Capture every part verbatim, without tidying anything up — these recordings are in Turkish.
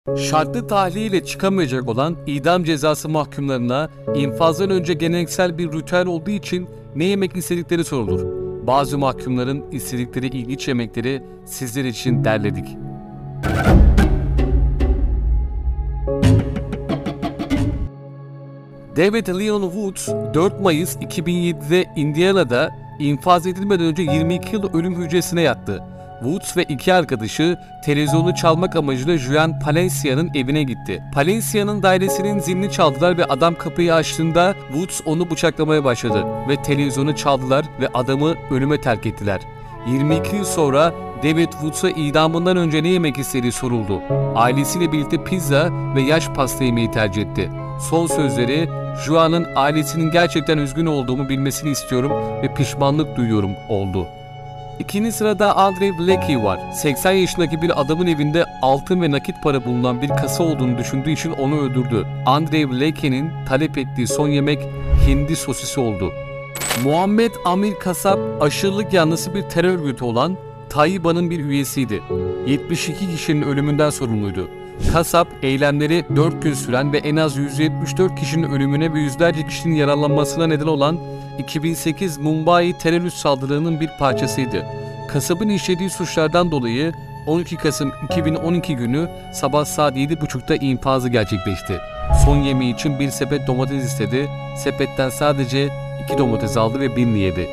Şartlı tahliye ile çıkamayacak olan idam cezası mahkumlarına infazdan önce geleneksel bir ritüel olduğu için ne yemek istedikleri sorulur. Bazı mahkumların istedikleri ilginç yemekleri sizler için derledik. David Leon Woods, dört Mayıs iki bin yedi'de Indiana'da infaz edilmeden önce yirmi iki yıl ölüm hücresine yattı. Woods ve iki arkadaşı televizyonu çalmak amacıyla Juan Palencia'nın evine gitti. Palencia'nın dairesinin zilini çaldılar ve adam kapıyı açtığında Woods onu bıçaklamaya başladı ve televizyonu çaldılar ve adamı ölüme terk ettiler. yirmi iki yıl sonra David Woods'a idamından önce ne yemek istediği soruldu. Ailesiyle birlikte pizza ve yaş pasta yemeyi tercih etti. Son sözleri, Juan'ın ailesinin gerçekten üzgün olduğumu bilmesini istiyorum ve pişmanlık duyuyorum oldu. İkinci sırada Andrei Vlecki var. seksen yaşındaki bir adamın evinde altın ve nakit para bulunan bir kasa olduğunu düşündüğü için onu öldürdü. Andrei Vlecki'nin talep ettiği son yemek hindi sosisi oldu. Muhammed Amir Kasap, aşırılık yanlısı bir terör örgütü olan Taiba'nın bir üyesiydi. yetmiş iki kişinin ölümünden sorumluydu. Kasap, eylemleri dört gün süren ve en az yüz yetmiş dört kişinin ölümüne ve yüzlerce kişinin yaralanmasına neden olan iki bin sekiz Mumbai terörist saldırılarının bir parçasıydı. Kasap'ın işlediği suçlardan dolayı on iki Kasım iki bin on iki günü sabah saat yedi buçukta infazı gerçekleşti. Son yemeği için bir sepet domates istedi, sepetten sadece iki domates aldı ve birini yedi.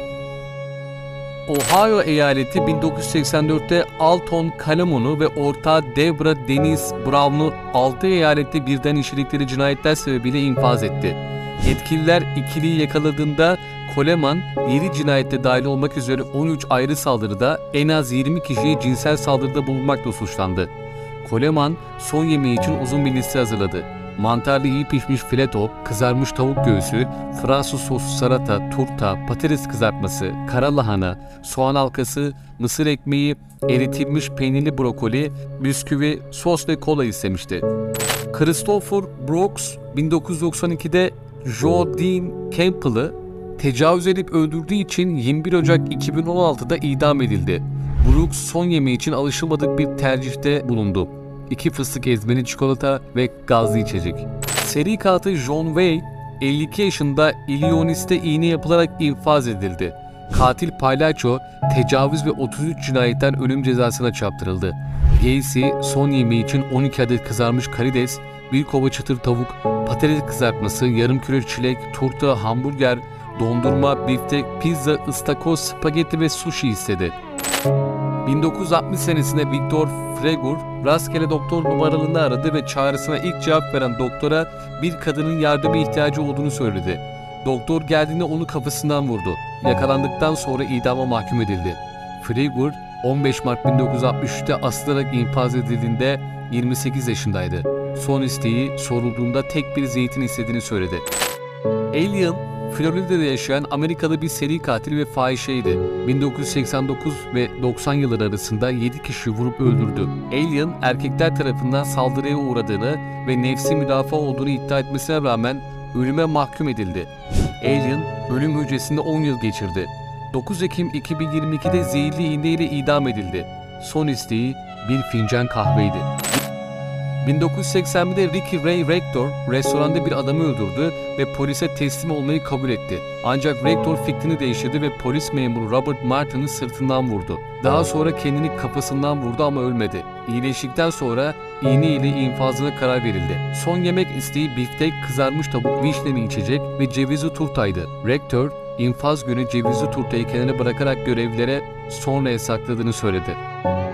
Ohio eyaleti bin dokuz yüz seksen dört'te Alton Kalamon'u ve ortağı Debra Denise Brown'u altı eyalette birden işledikleri cinayetler sebebiyle infaz etti. Yetkililer ikiliyi yakaladığında Coleman yedi cinayette dahil olmak üzere on üç ayrı saldırıda en az yirmi kişiye cinsel saldırıda bulunmakla suçlandı. Coleman son yemeği için uzun bir liste hazırladı. Mantarlı iyi pişmiş fileto, kızarmış tavuk göğsü, Fransız soslu salata, turta, patates kızartması, kara lahana, soğan halkası, mısır ekmeği, eritilmiş peynirli brokoli, bisküvi, sos ve kola istemişti. Christopher Brooks bin dokuz yüz doksan iki'de Joe Dean Campbell'ı tecavüz edip öldürdüğü için yirmi bir Ocak iki bin on altı'da idam edildi. Brooks son yemeği için alışılmadık bir tercihte bulundu. İki fıstık ezmeli çikolata ve gazlı içecek. Seri katil John Wayne, elli iki yaşında Illinois'te iğne yapılarak infaz edildi. Katil palyaço, tecavüz ve otuz üç cinayetten ölüm cezasına çarptırıldı. Gacy, son yemeği için on iki adet kızarmış karides, bir kova çıtır tavuk, patates kızartması, yarım kilo çilek, turta, hamburger, dondurma, biftek, pizza, ıstakoz, spagetti ve sushi istedi. bin dokuz yüz altmış senesinde Victor Fregur rastgele doktor numaralığını aradı ve çağrısına ilk cevap veren doktora bir kadının yardıma ihtiyacı olduğunu söyledi. Doktor geldiğinde onu kafasından vurdu. Yakalandıktan sonra idama mahkum edildi. Fregur on beş Mart bin dokuz yüz altmış üç'te asılarak infaz edildiğinde yirmi sekiz yaşındaydı. Son isteği sorulduğunda tek bir zeytin istediğini söyledi. Alien, Florida'da yaşayan Amerikalı bir seri katil ve fahişeydi. bin dokuz yüz seksen dokuz ve doksan yılları arasında yedi kişi vurup öldürdü. Alien, erkekler tarafından saldırıya uğradığını ve nefsi müdafaa olduğunu iddia etmesine rağmen ölüme mahkum edildi. Alien, ölüm hücresinde on yıl geçirdi. dokuz Ekim iki bin yirmi iki'de zehirli iğne ile idam edildi. Son isteği bir fincan kahveydi. bin dokuz yüz seksen bir'de Ricky Ray Rector restoranda bir adamı öldürdü ve polise teslim olmayı kabul etti. Ancak Rector fikrini değiştirdi ve polis memuru Robert Martin'ın sırtından vurdu. Daha sonra kendini kafasından vurdu ama ölmedi. İyileştikten sonra iğne ile infazına karar verildi. Son yemek isteği biftek, kızarmış tavuk, vişneli içecek ve cevizli turtaydı. Rector, infaz günü cevizli turtayı kenara bırakarak görevlilere sonraya sakladığını söyledi.